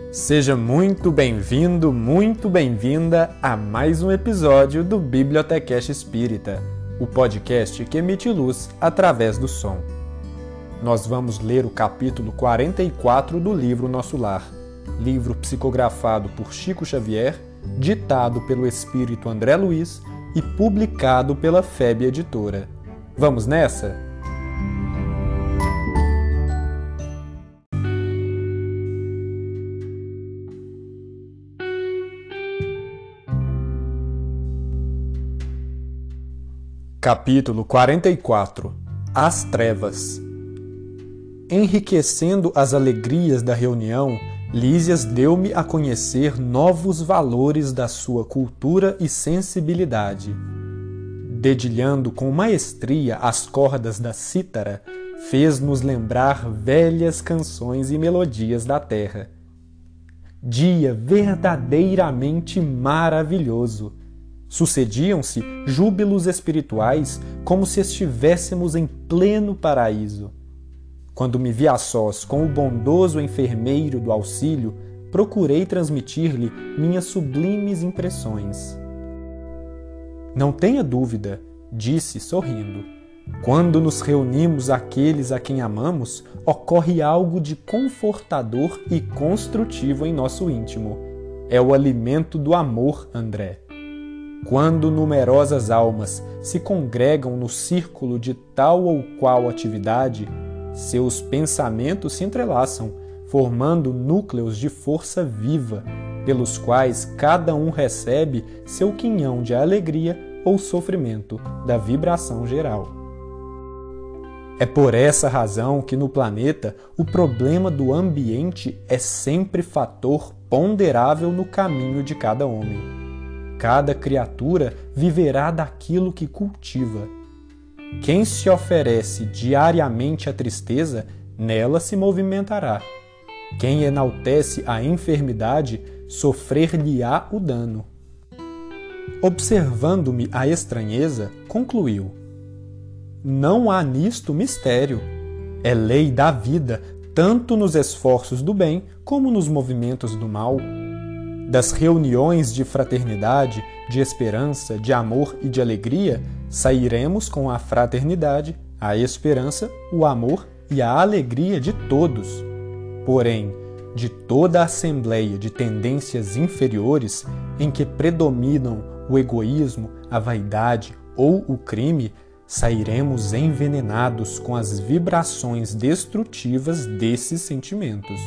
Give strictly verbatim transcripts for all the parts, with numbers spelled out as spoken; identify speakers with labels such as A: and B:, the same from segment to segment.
A: Seja muito bem-vindo, muito bem-vinda a mais um episódio do Bibliotecast Espírita, o podcast que emite luz através do som. Nós vamos ler o capítulo quarenta e quatro do livro Nosso Lar, livro psicografado por Chico Xavier, ditado pelo espírito André Luiz e publicado pela F E B Editora. Vamos nessa? Capítulo quarenta e quatro. As Trevas. Enriquecendo as alegrias da reunião, Lísias deu-me a conhecer novos valores da sua cultura e sensibilidade. Dedilhando com maestria as cordas da cítara, fez-nos lembrar velhas canções e melodias da terra. Dia verdadeiramente maravilhoso! Sucediam-se júbilos espirituais como se estivéssemos em pleno paraíso. Quando me vi a sós com o bondoso enfermeiro do auxílio, procurei transmitir-lhe minhas sublimes impressões. Não tenha dúvida, disse sorrindo. Quando nos reunimos aqueles a quem amamos, ocorre algo de confortador e construtivo em nosso íntimo. É o alimento do amor, André. Quando numerosas almas se congregam no círculo de tal ou qual atividade, seus pensamentos se entrelaçam, formando núcleos de força viva, pelos quais cada um recebe seu quinhão de alegria ou sofrimento da vibração geral. É por essa razão que no planeta o problema do ambiente é sempre fator ponderável no caminho de cada homem. Cada criatura viverá daquilo que cultiva. Quem se oferece diariamente à tristeza, nela se movimentará. Quem enaltece a enfermidade, sofrer-lhe-á o dano. Observando-me a estranheza, concluiu: não há nisto mistério. É lei da vida, tanto nos esforços do bem como nos movimentos do mal. Das reuniões de fraternidade, de esperança, de amor e de alegria, sairemos com a fraternidade, a esperança, o amor e a alegria de todos. Porém, de toda a assembleia de tendências inferiores, em que predominam o egoísmo, a vaidade ou o crime, sairemos envenenados com as vibrações destrutivas desses sentimentos.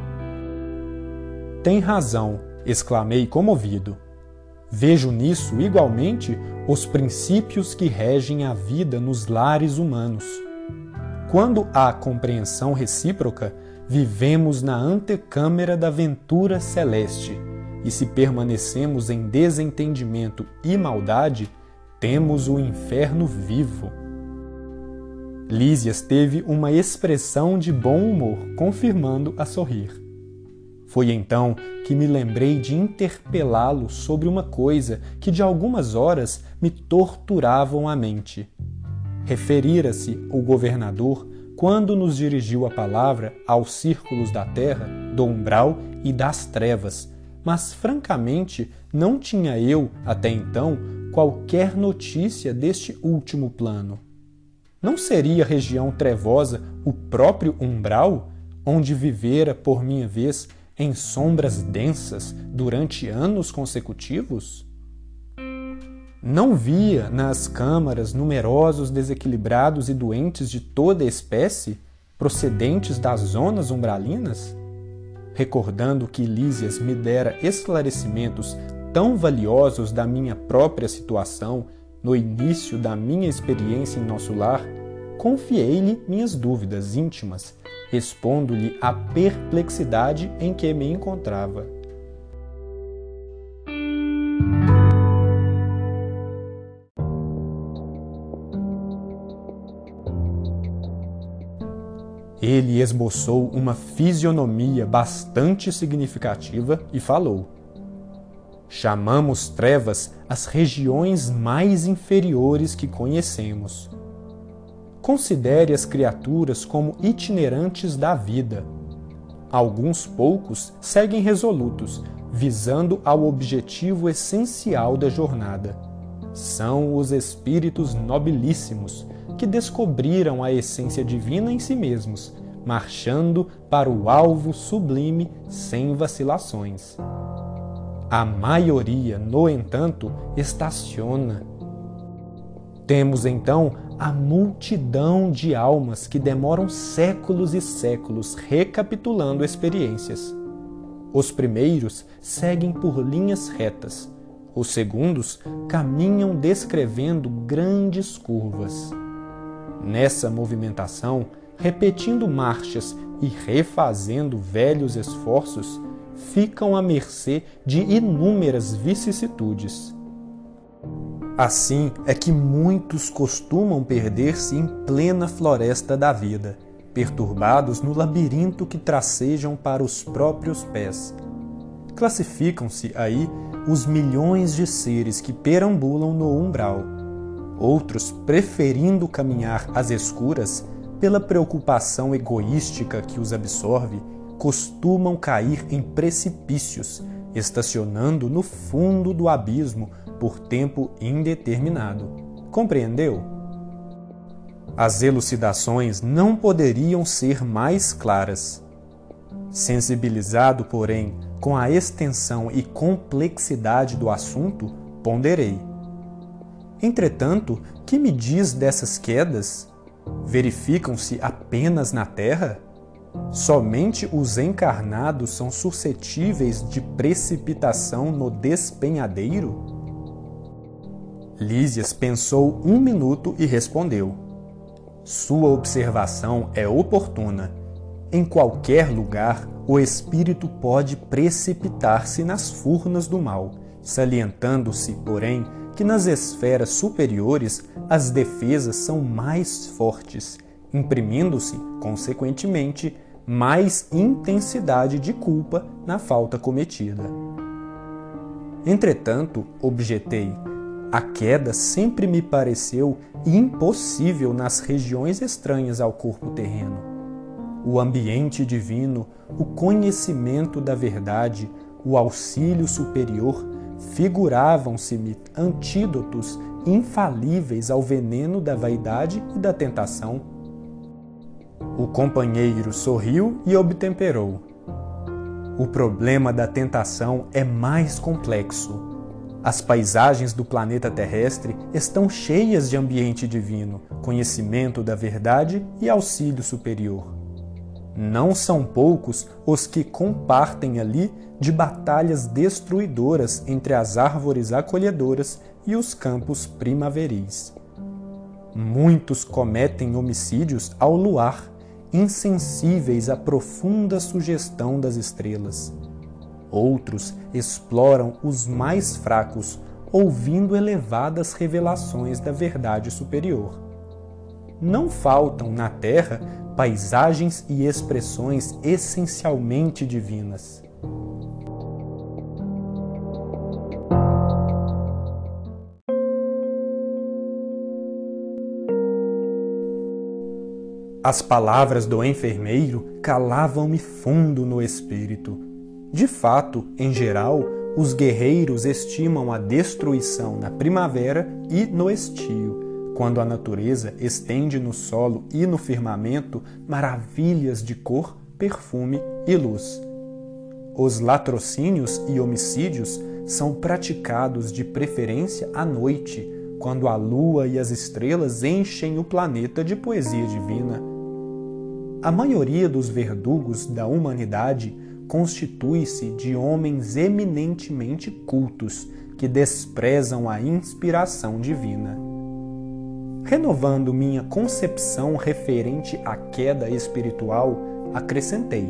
A: Tem razão, exclamei comovido. Vejo nisso, igualmente, os princípios que regem a vida nos lares humanos. Quando há compreensão recíproca, vivemos na antecâmara da ventura celeste, e se permanecemos em desentendimento e maldade, temos o inferno vivo. Lísias teve uma expressão de bom humor, confirmando a sorrir. Foi então que me lembrei de interpelá-lo sobre uma coisa que de algumas horas me torturavam a mente. Referira-se o governador quando nos dirigiu a palavra aos círculos da terra, do umbral e das trevas, mas francamente não tinha eu, até então, qualquer notícia deste último plano. Não seria a região trevosa o próprio umbral, onde vivera, por minha vez, em sombras densas durante anos consecutivos? Não via nas câmaras numerosos desequilibrados e doentes de toda espécie, procedentes das zonas umbralinas? Recordando que Lísias me dera esclarecimentos tão valiosos da minha própria situação no início da minha experiência em Nosso Lar, confiei-lhe minhas dúvidas íntimas, expondo-lhe a perplexidade em que me encontrava. Ele esboçou uma fisionomia bastante significativa e falou: chamamos trevas as regiões mais inferiores que conhecemos. Considere as criaturas como itinerantes da vida. Alguns poucos seguem resolutos, visando ao objetivo essencial da jornada. São os espíritos nobilíssimos que descobriram a essência divina em si mesmos, marchando para o alvo sublime sem vacilações. A maioria, no entanto, estaciona. Temos então a multidão de almas que demoram séculos e séculos recapitulando experiências. Os primeiros seguem por linhas retas, os segundos caminham descrevendo grandes curvas. Nessa movimentação, repetindo marchas e refazendo velhos esforços, ficam à mercê de inúmeras vicissitudes. Assim é que muitos costumam perder-se em plena floresta da vida, perturbados no labirinto que tracejam para os próprios pés. Classificam-se aí os milhões de seres que perambulam no umbral, outros preferindo caminhar às escuras pela preocupação egoística que os absorve, costumam cair em precipícios, estacionando no fundo do abismo por tempo indeterminado. Compreendeu? As elucidações não poderiam ser mais claras. Sensibilizado, porém, com a extensão e complexidade do assunto, ponderei. Entretanto, que me diz dessas quedas? Verificam-se apenas na Terra? Somente os encarnados são suscetíveis de precipitação no despenhadeiro? Lísias pensou um minuto e respondeu: sua observação é oportuna. Em qualquer lugar, o espírito pode precipitar-se nas furnas do mal, salientando-se, porém, que nas esferas superiores as defesas são mais fortes, imprimindo-se, consequentemente, mais intensidade de culpa na falta cometida. Entretanto, objetei, a queda sempre me pareceu impossível nas regiões estranhas ao corpo terreno. O ambiente divino, o conhecimento da verdade, o auxílio superior figuravam-se-me antídotos infalíveis ao veneno da vaidade e da tentação. O companheiro sorriu e obtemperou. O problema da tentação é mais complexo. As paisagens do planeta terrestre estão cheias de ambiente divino, conhecimento da verdade e auxílio superior. Não são poucos os que compartem ali de batalhas destruidoras entre as árvores acolhedoras e os campos primaveris. Muitos cometem homicídios ao luar, insensíveis à profunda sugestão das estrelas. Outros exploram os mais fracos, ouvindo elevadas revelações da verdade superior. Não faltam na Terra paisagens e expressões essencialmente divinas. As palavras do enfermeiro calavam-me fundo no espírito. De fato, em geral, os guerreiros estimam a destruição na primavera e no estio, quando a natureza estende no solo e no firmamento maravilhas de cor, perfume e luz. Os latrocínios e homicídios são praticados de preferência à noite, quando a lua e as estrelas enchem o planeta de poesia divina. A maioria dos verdugos da humanidade constitui-se de homens eminentemente cultos que desprezam a inspiração divina. Renovando minha concepção referente à queda espiritual, acrescentei: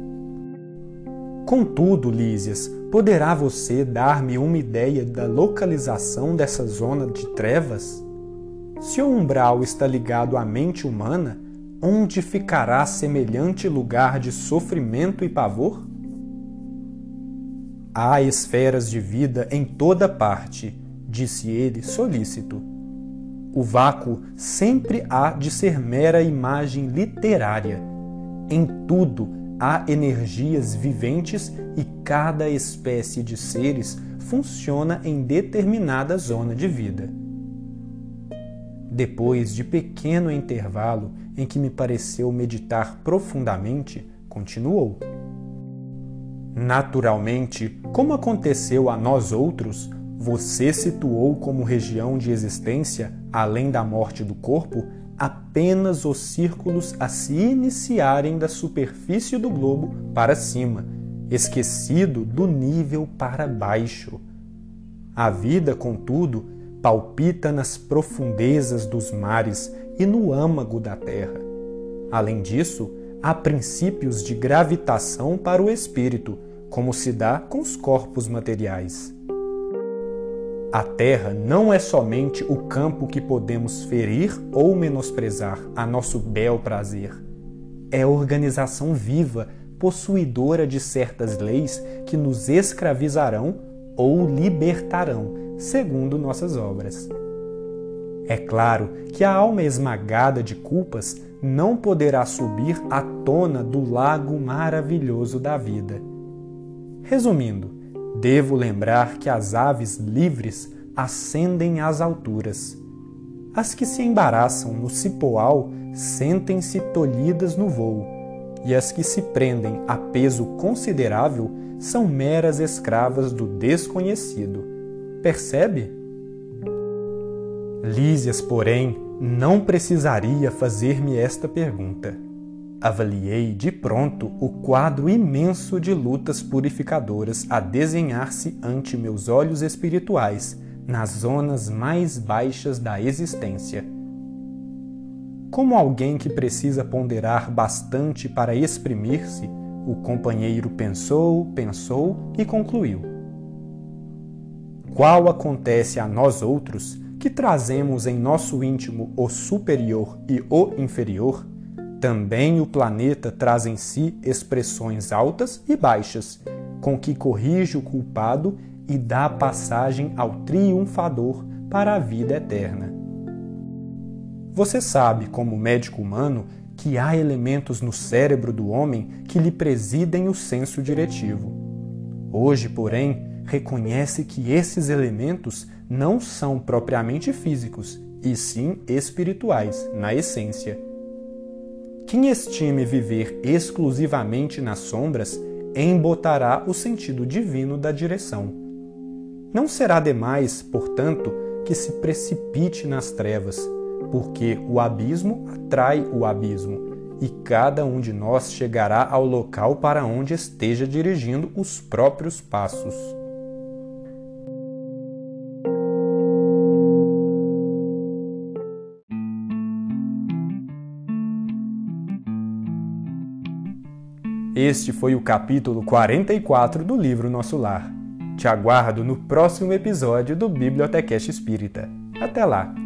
A: contudo, Lísias, poderá você dar-me uma ideia da localização dessa zona de trevas? Se o umbral está ligado à mente humana, onde ficará semelhante lugar de sofrimento e pavor? Há esferas de vida em toda parte, disse ele solícito. O vácuo sempre há de ser mera imagem literária. Em tudo há energias viventes e cada espécie de seres funciona em determinada zona de vida. Depois de pequeno intervalo em que me pareceu meditar profundamente, continuou. Naturalmente, como aconteceu a nós outros, você situou como região de existência, além da morte do corpo, apenas os círculos a se iniciarem da superfície do globo para cima, esquecido do nível para baixo. A vida, contudo, palpita nas profundezas dos mares e no âmago da terra. Além disso, há princípios de gravitação para o espírito, como se dá com os corpos materiais. A Terra não é somente o campo que podemos ferir ou menosprezar a nosso bel prazer. É organização viva, possuidora de certas leis que nos escravizarão ou libertarão, segundo nossas obras. É claro que a alma esmagada de culpas não poderá subir à tona do lago maravilhoso da vida. Resumindo, devo lembrar que as aves livres ascendem às alturas. As que se embaraçam no cipoal sentem-se tolhidas no voo, e as que se prendem a peso considerável são meras escravas do desconhecido. Percebe? Lísias, porém, não precisaria fazer-me esta pergunta. Avaliei de pronto o quadro imenso de lutas purificadoras a desenhar-se ante meus olhos espirituais, nas zonas mais baixas da existência. Como alguém que precisa ponderar bastante para exprimir-se, o companheiro pensou, pensou e concluiu. Qual acontece a nós outros, que trazemos em nosso íntimo o superior e o inferior, também o planeta traz em si expressões altas e baixas, com que corrige o culpado e dá passagem ao triunfador para a vida eterna. Você sabe, como médico humano, que há elementos no cérebro do homem que lhe presidem o senso diretivo. Hoje, porém, reconhece que esses elementos não são propriamente físicos, e sim espirituais, na essência. Quem estime viver exclusivamente nas sombras, embotará o sentido divino da direção. Não será demais, portanto, que se precipite nas trevas, porque o abismo atrai o abismo, e cada um de nós chegará ao local para onde esteja dirigindo os próprios passos. Este foi o capítulo quarenta e quatro do livro Nosso Lar. Te aguardo no próximo episódio do Bibliotecast Espírita. Até lá!